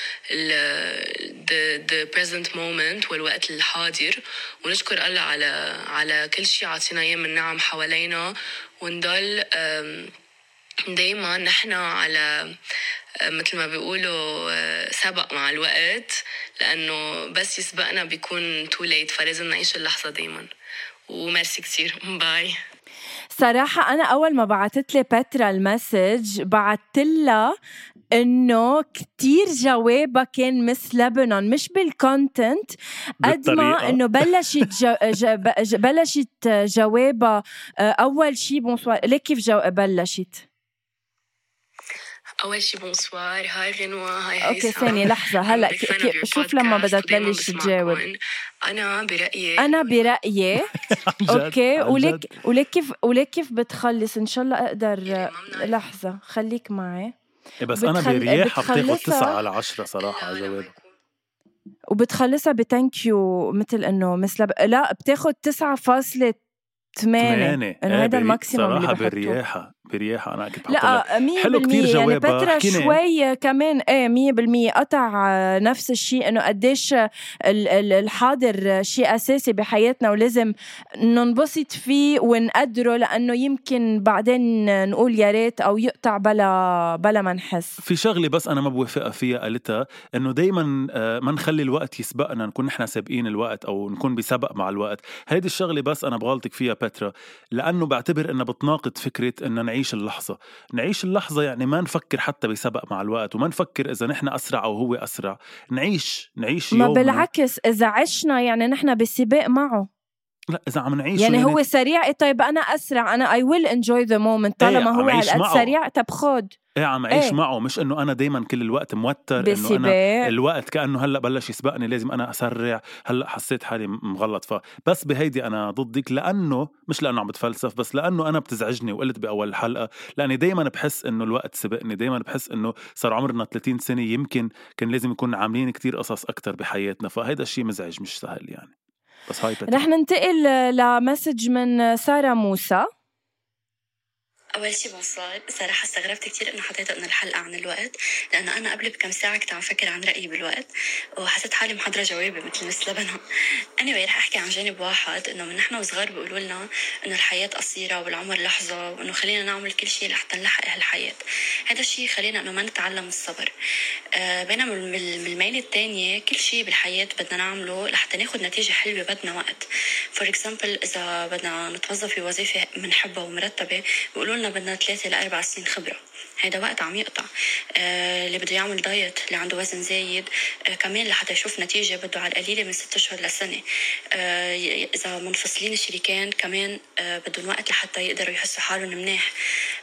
S5: the present moment والوقت الحاضر، ونشكر الله على كل شيء عطينا اياه من نعم حوالينا، ونضل دايما نحن على مثل ما بيقولوا سبق مع الوقت، لأنه بس يسبقنا بيكون too late، فلازم نعيش اللحظة دايما. وميرسي كتير. باي.
S1: صراحة أنا أول ما بعتت لي باترا المسج بعتت لها إنه كتير جوابها كان مس لبنان، مش بالكونتنت قد ما إنه بلشت جوابها أول شي بونسوار. ليه كيف بلشت؟
S5: أول شي بونسوار، هاي غنوة، هاي هيثم.
S1: أوكي ثانية لحظة هلأ شوف لما بدها تبلش تجاوب. أنا برأيي أوكي ولك كيف بتخلص إن شاء الله أقدر. لحظة خليك معي.
S3: بس أنا برياحة بتاخد 9/10 صراحة جوابها،
S1: وبتخلصها بتانكيو مثل إنه لا بتاخد 9.8 إنه هذا الماكسيموم اللي بحطه.
S3: برياحة أنا أكيد
S1: لا 100%
S3: حلو كتير
S1: يعني
S3: جوابها.
S1: بترا شوي كمان 100% قطع نفس الشيء إنه قديش الحاضر شيء أساسي بحياتنا ولازم ننبسط فيه ونقدره، لأنه يمكن بعدين نقول يا ريت أو يقطع بلا ما نحس.
S3: في شغلة بس أنا ما بوافقها فيها قالتها إنه دايما ما نخلي الوقت يسبقنا، نكون نحن سابقين الوقت أو نكون بسبق مع الوقت. هيدي الشغلة بس أنا بغلطك فيها بترا، لأنه بعتبر إنها بتناقض فكرة إنه نعيش اللحظة يعني ما نفكر حتى بسبق مع الوقت، وما نفكر إذا نحن أسرع أو هو أسرع. نعيش يومنا.
S1: ما بالعكس إذا عشنا يعني نحن بسباق معه.
S3: لا إذا عم نعيش
S1: يعني هو سريع طيب أنا أسرع، أنا I will enjoy the moment طالما هو هالقد سريع. طب خد
S3: عم أعيش معه، مش إنه أنا دايما كل الوقت موتر إنه أنا الوقت كأنه هلأ بلش يسبقني لازم أنا أسرع، هلأ حسيت حالي مغلط. فبس بهيدي أنا ضدك، لأنه مش لأنه عم بتفلسف، بس لأنه أنا بتزعجني وقلت بأول الحلقة، لأني دايما بحس إنه الوقت سبقني، دايما بحس إنه صار عمرنا 30 سنة يمكن كان لازم يكون عاملين كتير قصص أكتر بحياتنا، فهيدا الشيء مزعج مش سهل يعني. بس هاي
S1: رح ننتقل لمسج من سارة موسى.
S5: أول شي بونسوار. صراحة استغربت كتير إنه حطيت إنه الحلقة عن الوقت، لأنه أنا قبل بكم ساعة كنت عم فكر عن رأيي بالوقت وحسيت حالي محضرة جوابي مثل مس لبنان. anyway رح أحكي عن جانب واحد، إنه من نحن وصغار بيقولوا لنا إنه الحياة قصيرة والعمر لحظة، وإنه خلينا نعمل كل شيء لحتى نلحق هالحياة. هذا الشيء خلينا إنه ما نتعلم الصبر. بينما من الميل التانية كل شيء بالحياة بدنا نعمله لحتى ناخد نتيجة حلوة بدنا وقت. for example إذا بدنا نتوظف في وظيفة منحبها ومرتبة بيقولوا لنا بدنا 3 ل 4 سنين خبرة. هذا وقت عم يقطع. اللي بده يعمل دايت، اللي عنده وزن زايد كمان لحتى يشوف نتيجة بده على القليلة من 6 أشهر لسنة. إذا منفصلين الشريكين كمان بدهم وقت لحتى يقدروا يحسوا حالهم منيح.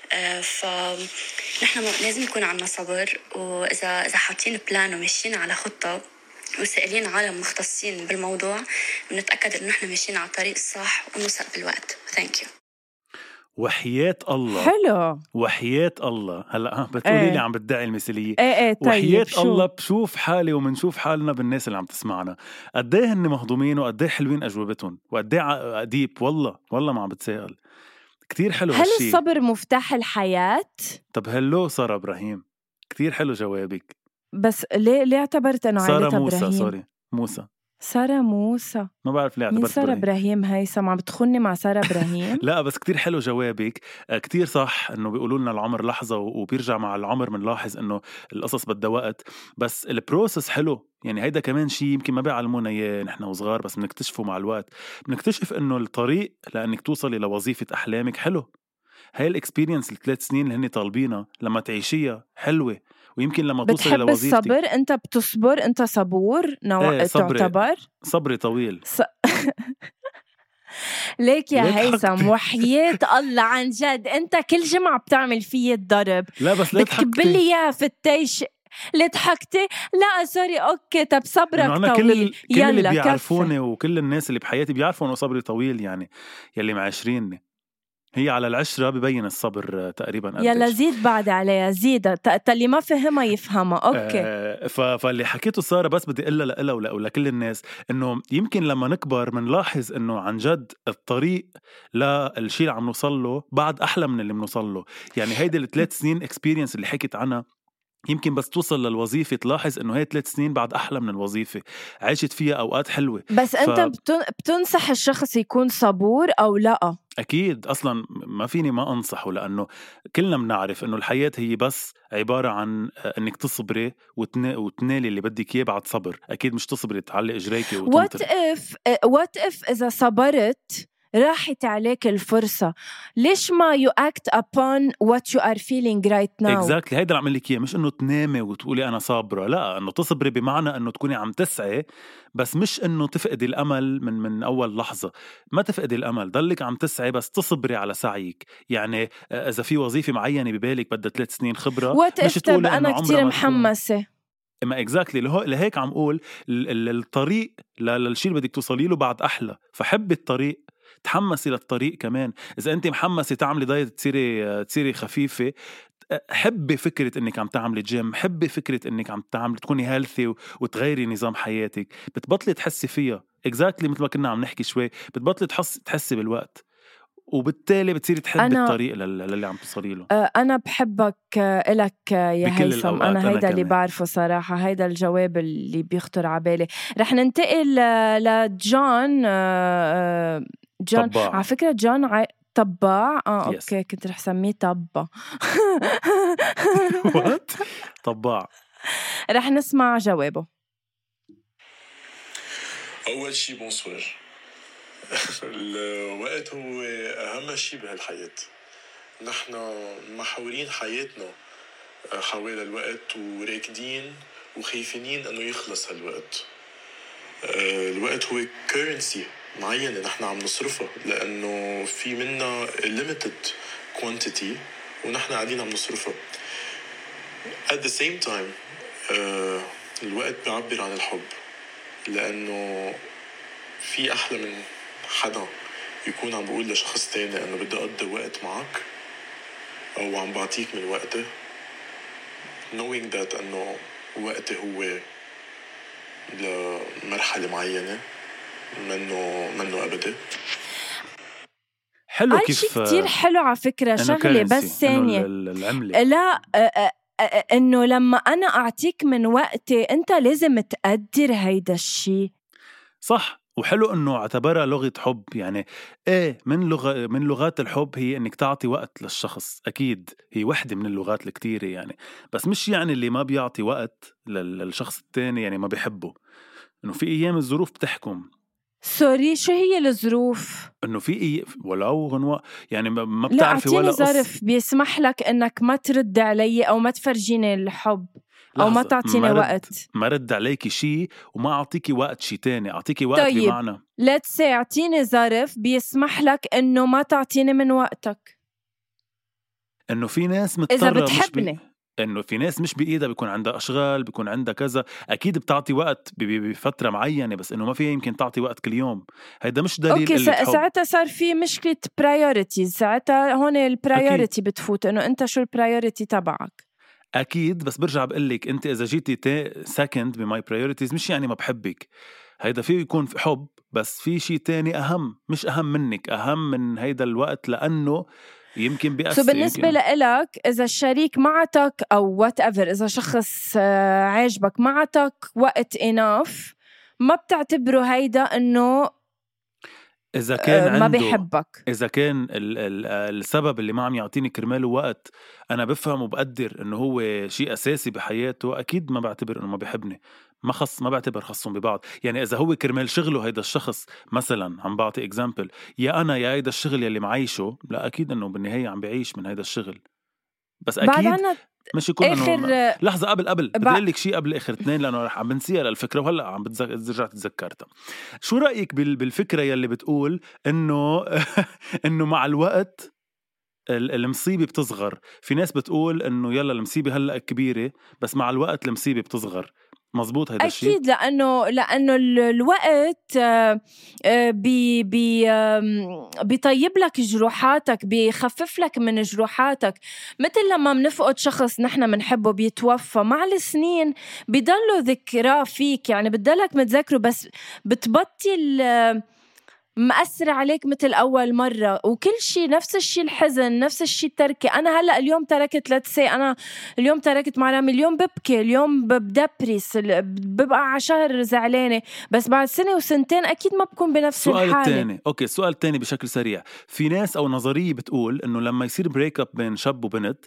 S5: فنحن لازم يكون عنا صبر، وإذا حاطين بلان وماشيين على خطة وسائلين عالم مختصين بالموضوع بنتأكد إنه نحن ماشيين على الطريق الصح ونوصل بالوقت. Thank you.
S3: وحياة الله
S1: حلو.
S3: وحياة الله هلا بتقولي لي عم بدعي المثالية.
S1: طيب
S3: وحياة الله بشوف حالي ومنشوف حالنا بالناس اللي عم تسمعنا قديه هن مهضومين وقديه حلوين أجوبتهم وقديه أديب. والله ما عم بتسائل كتير حلو.
S1: هل الصبر مفتاح الحياة؟
S3: طب هلو سارة إبراهيم كتير حلو جوابك.
S1: بس ليه اعتبرت انه عائلة إبراهيم؟
S3: سوري موسى.
S1: سارة موسى
S3: ما بعرف ليه اعتبرت
S1: سارة إبراهيم. هيثم عم بتخوني مع سارة إبراهيم.
S3: لا بس كتير حلو جوابك. كتير صح انه بيقولوا لنا العمر لحظة وبيرجع مع العمر منلاحظ انه القصص بدها وقت، بس البروسس حلو. يعني هيدا كمان شيء يمكن ما بيعلمونا اياه نحن وصغار، بس بنكتشفه مع الوقت. بنكتشف انه الطريق لانك توصلي لوظيفة احلامك حلو. هاي الاكسبيرينس ال3 سنين اللي هني طالبينها لما تعيشيها حلوة، ويمكن لما توصلي لوظيفتك.
S1: بتحب الصبر؟ انت بتصبر؟ انت صبور تعتبر؟
S3: صبري طويل.
S1: ليك يا هيثم وحياة الله عن جد انت كل جمعة بتعمل فيه الضرب.
S3: لا بس لا
S1: بتكبلي اياها في التيش. لا ضحكتي. لا سوري اوكي. طب صبرك طويل.
S3: كل اللي بيعرفوني وكل الناس اللي بحياتي بيعرفوا انه صبري طويل. يعني يلي معاشريني هي على العشرة ببين الصبر تقريبا قديش.
S1: يلا زيد بعد عليها زيد اللي ما فهمها يفهمها. اوكي.
S3: فاللي حكيته سارة بس بدي اقول لها ولكل الناس انه يمكن لما نكبر منلاحظ انه عن جد الطريق للشيء اللي عم نوصل له بعد احلى من اللي بنوصل له. يعني هيدي ال3 سنين اكسبيرينس اللي حكيت عنها يمكن بس توصل للوظيفة تلاحظ انه هي 3 سنين بعد احلى من الوظيفة، عيشت فيها اوقات حلوة.
S1: بس انت بتنصح الشخص يكون صبور او لا؟
S3: اكيد اصلا ما فيني ما انصحه، لانه كلنا بنعرف انه الحياة هي بس عبارة عن انك تصبري وتنالي اللي بدك اياه بعد صبر. اكيد مش تصبري تعلق اجريكي وتنطر.
S1: وات اف اذا صبرت راحت عليك الفرصة. ليش ما you act upon what you are feeling right now؟
S3: exactly. هيدا اللي عمل لك إياه، مش إنه تنامي وتقولي أنا صابرة، لا، إنه تصبري بمعنى إنه تكوني عم تسعي، بس مش إنه تفقدي الأمل من أول لحظة. ما تفقدي الأمل، ضلك عم تسعي بس تصبري على سعيك. يعني إذا في وظيفة معينة ببالك بدها 3 سنين خبرة، مش تقولي
S1: أنا كتير محمسة.
S3: ما exactly. لهيك عم قول الطريق للشيء اللي بدك توصلي له بعد أحلى، فحبي الطريق، تحمسي للطريق كمان. إذا أنت محمسة تعملي دايت تصيري خفيفة، حبي فكرة إنك عم تعملي جيم، حبي فكرة إنك عم تعملي تكوني هيلثي وتغيري نظام حياتك، بتبطلي تحسي فيها. exactly مثل ما كنا عم نحكي شوي، بتبطلي تحسي بالوقت، وبالتالي بتصيري تحبي الطريق اللي عم تصلي له.
S1: أنا بحبك إلك يا هيثم. أنا هيدا اللي بعرفه صراحة، هيدا الجواب اللي بيخطر عبالي. رح ننتقل لجون. جون على فكرة جون طباع. أوكي، كنت رح سميه طبا.
S3: طباع.
S1: رح نسمع جوابه.
S7: أول شي بونسوار. الوقت هو أهم شي بهالحياة. نحن محاورين حياتنا حوالي الوقت، وراكدين وخايفين أنه يخلص هالوقت. الوقت هو currency معينة نحن عم نصرفها، لأنه في منا limited quantity ونحن قاعدين عم نصرفها. at the same time الوقت بيعبر عن الحب، لأنه في أحلى من حدا يكون عم بقول لشخص تاني أنه بدي أقضي وقت معك، أو عم بعطيك من وقتي، knowing that أنه وقتي هو لمرحلة معينة منه أبدا.
S3: حلو كيف
S1: شيء كتير حلو على فكرة. شغلة بس ثانية، لا إنه لما أنا أعطيك من وقتي أنت لازم تقدر هيدا الشيء.
S3: صح، وحلو انه اعتبرها لغة حب. يعني من لغات الحب هي انك تعطي وقت للشخص. اكيد هي وحدة من اللغات الكتيرة يعني، بس مش يعني اللي ما بيعطي وقت للشخص التاني يعني ما بيحبه. انه في ايام الظروف بتحكم.
S1: سوري، شو هي الظروف؟
S3: انه في ولو غنوة يعني ما بتعرفي ولا
S1: ظرف بيسمح لك انك ما ترد علي او ما تفرجيني الحب أو ما تعطيني وقت.
S3: ما رد عليكي شيء وما أعطيكي وقت شيء تاني، أعطيكي وقت
S1: طيب.
S3: بمعنى
S1: let's say أعطيني ظرف بيسمح لك إنه ما تعطيني من وقتك.
S3: إنه في ناس
S1: إذا بتحبني
S3: إنه في ناس مش بإيدها، بيكون عندها أشغال، بيكون عندها كذا، أكيد بتعطي وقت بفترة معينة، بس إنه ما فيها يمكن تعطي وقت كل يوم. هيدا مش دليل.
S1: أوكي، ساعتها صار في مشكلة priorities. ساعتها هون البرايوريتي بتفوت، إنه أنت شو البرايوريتي تبعك.
S3: أكيد، بس برجع بقلك أنت إذا جيتي second بماي priorities مش يعني ما بحبك. هيدا فيه يكون في حب، بس في شيء تاني أهم، مش أهم منك، أهم من هيدا الوقت، لأنه يمكن بيأثر.
S1: بالنسبة لإلك إذا الشريك معتك أو whatever، إذا شخص عاجبك معتك وقت enough، ما بتعتبره هيدا إنه
S3: إذا كان
S1: ما بيحبك.
S3: إذا كان السبب اللي ما عم يعطيني كرماله وقت، أنا بفهم وبقدر إنه هو شيء أساسي بحياته، أكيد ما بعتبر إنه ما بيحبني. ما بعتبر خصهم ببعض. يعني إذا هو كرمال شغله هيدا الشخص مثلا، عم بعطي example، يا أنا يا هيدا الشغل يلي معيشه، لا أكيد إنه بالنهاية عم بعيش من هيدا الشغل. بس أكيد مش يكون إنه لحظة قبل بدي لك شيء قبل آخر 2، لأنه رح عم بنسيها للفكرة وهلأ عم برجع تتذكرتها. شو رأيك بالفكرة يلي بتقول إنه إنه مع الوقت المصيبة بتصغر؟ في ناس بتقول إنه يلا المصيبة هلأ كبيرة، بس مع الوقت المصيبة بتصغر. مزبوط هيدا الشيء؟
S1: أكيد، لأنه الوقت بيطيب لك جروحاتك، بيخفف لك من جروحاتك. مثل لما منفقد شخص نحن منحبه بيتوفى، مع السنين بيضلوا ذكرى فيك، يعني بتضلك متذكره، بس بتبطل مأثر عليك مثل أول مرة. وكل شيء نفس الشيء، الحزن نفس الشيء، التركة. أنا هلأ اليوم تركت أنا اليوم تركت مع رامي، اليوم ببكي، اليوم بدبرس، ببقى على شهر زعلانة، بس بعد سنة وسنتين أكيد ما بكون بنفس الحالة.
S3: السؤال الثاني بشكل سريع، في ناس أو نظرية بتقول إنه لما يصير بريك اب بين شاب وبنت،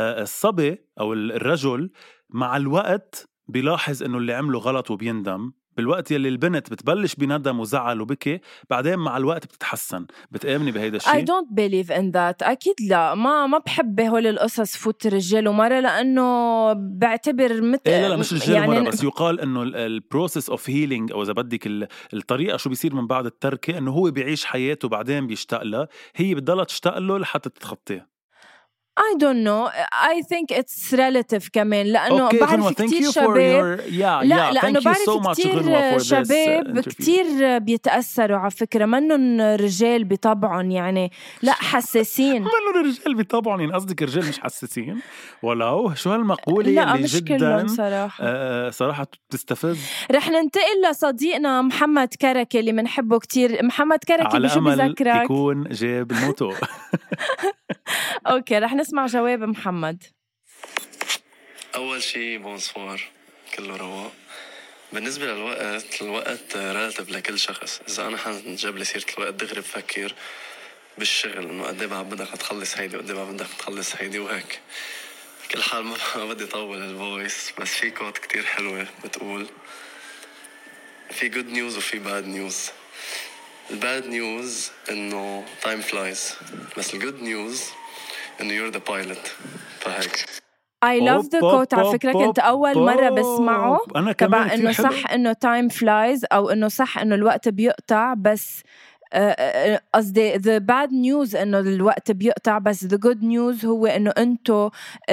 S3: الصبي أو الرجل مع الوقت بيلاحظ إنه اللي عمله غلط وبيندم، بالوقت يلي البنت بتبلش بندم وزعل وبكي، بعدين مع الوقت بتتحسن. بتآمني بهيدا الشيء؟
S1: I don't believe in that. أكيد لا، ما بحب هول القصص فوت رجال ومرة، لأنه بعتبر
S3: لا مش رجال يعني ومرة، بس يقال إنه البروسيس of healing أو إذا بدك الطريقة شو بيصير من بعد التركة، إنه هو بيعيش حياته بعدين بيشتاق لها، هي بتضلها تشتاق له لحتى تتخطيه.
S1: I don't know. I think it's relative كمان، لأنه بعرف كتير شباب لأنه بعرف كتير شباب كتير بيتأثروا على فكرة، منن رجال بطبعهم يعني، لا حساسين.
S3: منن رجال بطبعهم يعني، قصدك رجال مش حساسين؟ ولو شو هالمقولة
S1: لا
S3: اللي
S1: مش
S3: جدا
S1: صراحة.
S3: صراحة بتستفز.
S1: رح ننتقل لصديقنا محمد كركي اللي منحبه كتير. محمد كركي بشو بذكرك؟
S3: على أمل يكون جاب الموتو.
S1: أوكي رح نسمع جواب محمد.
S6: أول شي بونسوار، كله رواق. بالنسبة للوقت، الوقت راتب لكل شخص. إذا أنا حنجاب لي سيرة الوقت دغري بفكر بالشغل إنه قد إيه بعد بدك تخلص هيدي وقد إيه بعد بدك تخلص هيدي وهيك. كل حال ما بدي طول الفويس، بس في كوت كتير حلوة بتقول في good news وفي bad news. الباد نيوز إنه time flies، بس الجود نيوز إنه you're the pilot. فهيك
S1: I love the quote. على فكرة كنت أول مرة بسمعه تبع إنه صح إنه time flies، أو إنه صح إنه الوقت بيقطع، بس قصدي the bad news إنه الوقت بيقطع، بس the good news هو إنه أنتو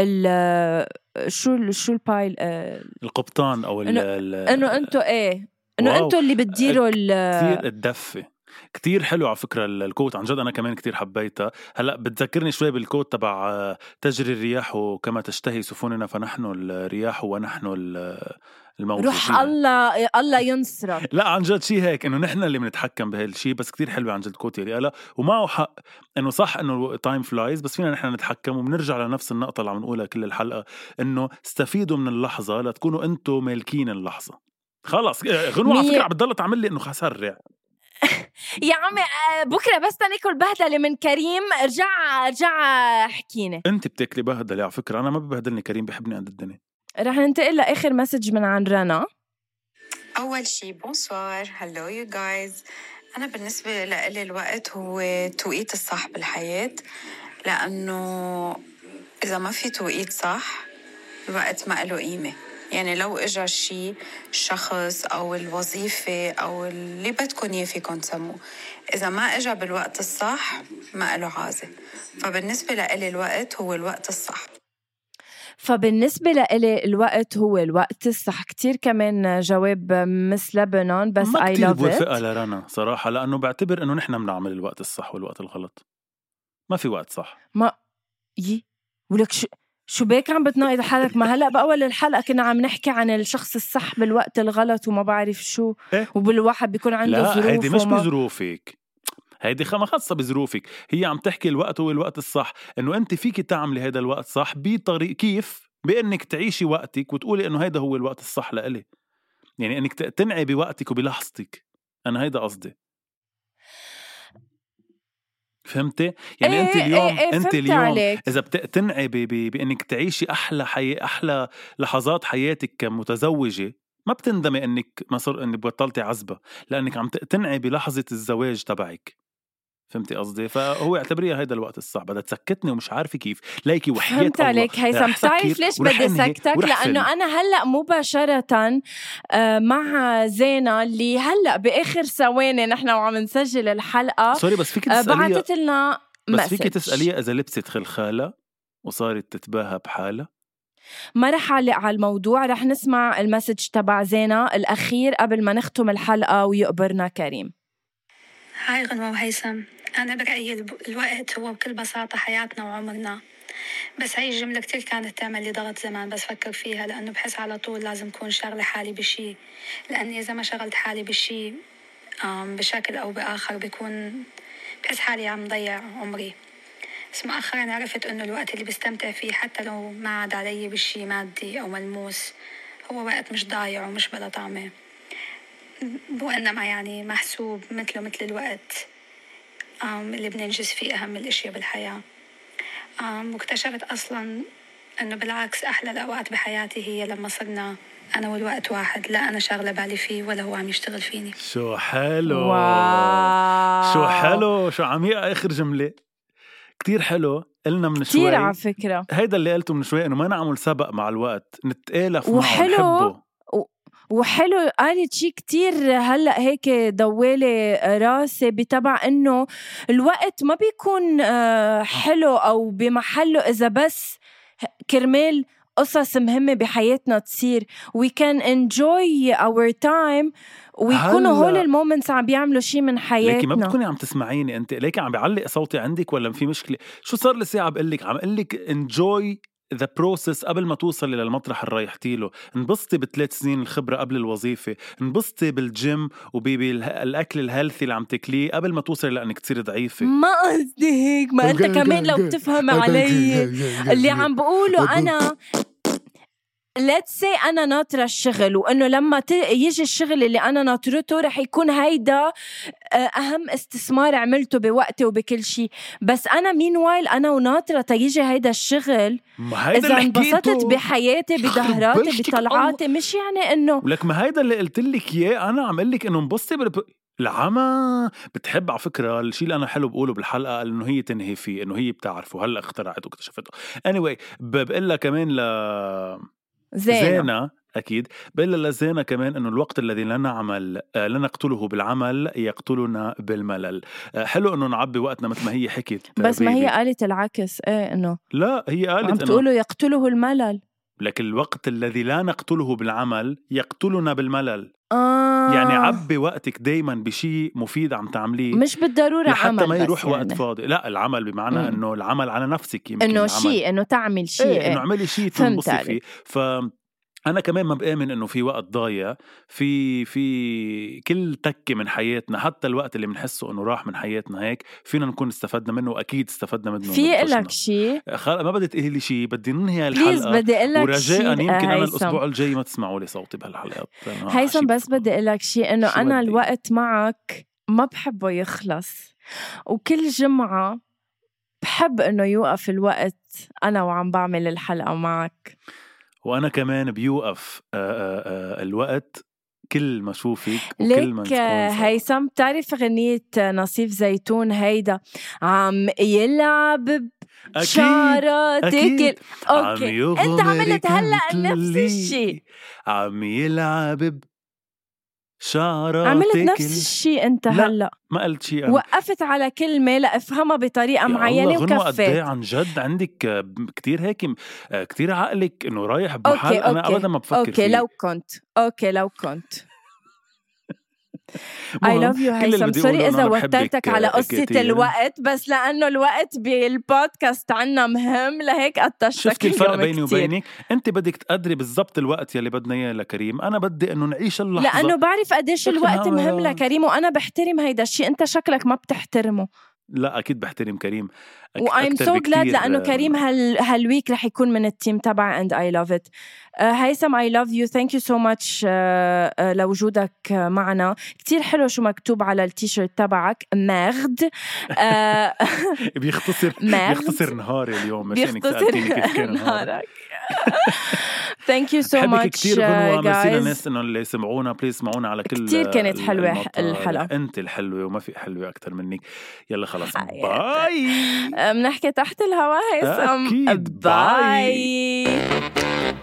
S1: شو البايل
S3: القبطان أو
S1: إنه أنتو إنه أنتو اللي بتديروا
S3: كتير الدفة. كتير حلو على فكرة الكوت، عن جد أنا كمان كتير حبيتها. هلأ بتذكرني شوي بالكوت تبع تجري الرياح كما تشتهي سفننا فنحن الرياح ونحن الموج.
S1: روح الله ينصرك.
S3: لا عن جد شي هيك، إنه نحن اللي بنتحكم بهالشي. بس كتير حلو عن جد كوت يلي قالها، ومعه حق إنه صح إنه time flies، بس فينا نحن نتحكم. وبنرجع لنفس النقطة اللي عم نقولها كل الحلقة، إنه استفيدوا من اللحظة لتكونوا أنتوا مالكين اللحظة. خلص غنوة على فكرة بتضل تعمل لي إنه خسرع.
S1: يا عمي بكرة بس تناكل بهدلة من كريم، ارجع حكيني.
S3: انت بتاكلي بهدلة على فكرة، انا ما ببهدلني، كريم بحبني قد الدنيا.
S1: رح ننتقل لآخر مسج من عن رنا.
S8: أول شي بونسوار، هلو يو جايز. أنا بالنسبة لي الوقت هو توقيت الصح بالحياة، لأنه إذا ما في توقيت صح الوقت ما له قيمة. يعني لو إجا شي شخص أو الوظيفة أو اللي بدكن إياه فيكن تسموه، إذا ما إجا بالوقت الصح ما له عازة. فبالنسبة لي الوقت هو الوقت الصح.
S1: فبالنسبة لإلي الوقت هو الوقت الصح. كتير كمان جواب مس لبنان، بس
S3: ما كتير بوافقها لرنا صراحة، لأنه بعتبر إنه نحن بنعمل الوقت الصح والوقت الغلط. ما في وقت صح.
S1: ما ولك شو بيك عم بتناقض حالك؟ ما هلأ بأول الحلقة كنا عم نحكي عن الشخص الصح بالوقت الغلط وما بعرف شو وبالواحد بيكون عنده ظروف.
S3: لا هيدي مش بظروفك، هيدي ما خاصة بظروفك. هي عم تحكي الوقت هو الوقت الصح، إنه أنت فيك تعملي هيدا الوقت صح بطريق كيف؟ بأنك تعيشي وقتك وتقولي إنه هيدا هو الوقت الصح لإلي. يعني إنك تنعي بوقتك وبلحظتك. أنا هيدا قصدي. فهمتي؟ يعني أنت اليوم أنت اليوم عليك. إذا بتنعي بأنك تعيشي أحلى لحظات حياتك كمتزوجة، ما بتندمي إنك إنك بطلتي عزبة، لأنك عم تنعي بلحظة الزواج تبعك. فهمتي قصدي؟ فهو اعتبريها هيدا الوقت الصح. بدها تسكتني ومش عارفة كيف. لايكي وحياة
S1: فهمت
S3: الله.
S1: عليك هيثم. بتعرف ليش بدي سكتك؟ لأنه أنا هلأ مباشرة مع زينة اللي هلأ بآخر ثواني نحن وعم نسجل الحلقة
S3: سوري، بس فيك تسأليها،
S1: بعتت لنا
S3: بس فيك تسأليها إذا لبست خلخالة وصارت تتباهى بحالة.
S1: ما رح أعلق على الموضوع، رح نسمع المسج تبع زينة الأخير قبل ما نختم الحلقة ويقبرنا كريم.
S5: هاي غنوة وهيثم، أنا برأيي الوقت هو بكل بساطة حياتنا وعمرنا. بس هاي الجملة كتير كانت تعمل لي ضغط زمان بس فكر فيها، لأنه بحس على طول لازم كون شغلة حالي بشي، لأني إذا ما شغلت حالي بشي بشكل أو بآخر بحس حالي عم ضيع عمري. بس مؤخرا عرفت أنه الوقت اللي بستمتع فيه حتى لو ما عاد علي بشي مادي أو ملموس هو وقت مش ضايع ومش بلا طعمه، وإنما يعني محسوب مثل الوقت اللي بننجز فيه أهم الأشياء بالحياة. واكتشفت أصلا أنه بالعكس أحلى الأوقات بحياتي هي لما صرنا أنا والوقت واحد، لا أنا شاغلة بالي فيه ولا هو عم يشتغل فيني.
S3: شو حلو.
S1: واو.
S3: شو حلو، شو عميقة آخر جملة، كتير حلو. قلنا من شوي
S1: كتير على فكرة
S3: هيدا اللي قلته من شوي، إنه ما نعمل سبق مع الوقت، نتآلف معه
S1: وحلو
S3: ونحبه.
S1: وحلو قالت شي كتير هلأ هيك دوالي راسي بتبع إنه الوقت ما بيكون حلو أو بمحله إذا بس كرمال قصص مهمة بحياتنا تصير. we can enjoy our time ويكونوا هول المومنتس عم بيعملوا شي من حياتنا.
S3: لكن ما بتكوني عم تسمعيني أنت، لكن عم بعلق صوتي عندك ولا في مشكلة؟ شو صار لي ساعة بقلك، عم قلك enjoy the process قبل ما توصلي للمطرح اللي رايحتيله. انبسطي ب3 سنين الخبرة قبل الوظيفة، انبسطي بالجيم وبالأكل الهيلثي اللي عم تاكليه قبل ما توصلي لأنك تصير ضعيفة.
S1: ما قصدي هيك، ما أنت كمان لو بتفهم علي اللي عم بقوله أنا. let's say أنا ناطرة الشغل، وإنه لما يجي الشغل اللي أنا ناطرته رح يكون هيدا أهم استثمار عملته بوقتي وبكل شيء. بس أنا meanwhile أنا وناطرة يجي هيدا الشغل، إذا انبسطت بحياتي بظهراتي بطلعاتي مش يعني إنه
S3: ولك ما هيدا اللي قلت لك إياه. أنا عم قلك إنه انبسطي العمى بتحب على فكرة الشيء اللي أنا حلو بقوله بالحلقة إنه هي تنهي فيه، إنه هي بتعرفه هلأ اخترعته واكتشفته. anyway بقلها كمان زينة أكيد بقلها لزينة كمان إنه الوقت الذي لا نقتله بالعمل يقتلنا بالملل. حلو إنه نعبي وقتنا مثل ما هي حكيت.
S1: بس ما هي قالت العكس إنه
S3: لا هي قالت
S1: عم تقوله يقتله الملل،
S3: لكن الوقت الذي لا نقتله بالعمل يقتلنا بالملل. يعني عبي وقتك دايما بشيء مفيد عم تعمليه،
S1: مش بالضرورة عمل
S3: حتى ما يروح وقت
S1: يعني
S3: فاضي. لا العمل بمعنى انه العمل على نفسك، يمكن
S1: انه شيء انه تعمل شيء
S3: انه اعملي شيء تنبسطي فيه. أنا كمان ما بآمن إنه في وقت ضايع في كل تكة من حياتنا، حتى الوقت اللي بنحسه إنه راح من حياتنا هيك فينا نكون استفدنا منه، وأكيد استفدنا منه.
S1: في لك شيء
S3: ما بدي تقولي لي شيء، بدي ننهي الحلقة ورجاء يمكن أنا الأسبوع الجاي ما تسمعوا لي صوتي بهالحلقات.
S1: هيثم بس بدي أقول لك شيء، إنه أنا الوقت معك ما بحبه يخلص، وكل جمعة بحب إنه يوقف الوقت أنا وعم بعمل الحلقة معك.
S3: وأنا كمان بيوقف الوقت كل ما شوفك وكل ما نكون
S1: هيثم بتعرف غنية نصيف زيتون هيدا عم يلعب بشعراتك؟ أوكي أنت عملت هلأ نفس الشيء،
S3: عم يلعب شعراتك،
S1: عملت نفس الشيء أنت هلأ.
S3: ما قلت شيء،
S1: وقفت على كلمة لأفهمها بطريقة معينة وكفت.
S3: عن جد عندك كتير هيك كتير عقلك إنه رايح بمحل أنا أبدا ما بفكر فيه.
S1: لو كنت I love you هيثم. سوري إذا وترتك على قصة الوقت، بس لأنه الوقت بالبودكاست عنا مهم، لهيك قطشتك.
S3: شفت الفرق بيني وبينك؟ أنت بدك تقدري بالضبط الوقت يلي بدنا إياه لكريم، أنا بدي إنه نعيش اللحظة،
S1: لأنه بعرف قديش الوقت مهم لكريم، وأنا بحترم هيدا الشيء. أنت شكلك ما بتحترمه.
S3: لا أكيد بحترم كريم
S1: I'm so glad لأنه كريم هالويك رح يكون من التيم تبع and I love it. هيثم I love you, thank you so much لوجودك معنا. كتير حلو شو مكتوب على التيشيرت تبعك، ماغد.
S3: بيختصر نهاري اليوم، مش إنك سألتيني كيف كان نهارك.
S1: Thank you so much
S3: كتير غنوة. مسينا الناس إنه اللي سمعونا بليز سمعونا على كل
S1: كتير كانت حلوة الحلقة.
S3: أنت الحلوة وما في حلوة أكتر منك. يلا خلاص باي.
S1: بنحكي تحت الهواء هيثم.
S3: باي.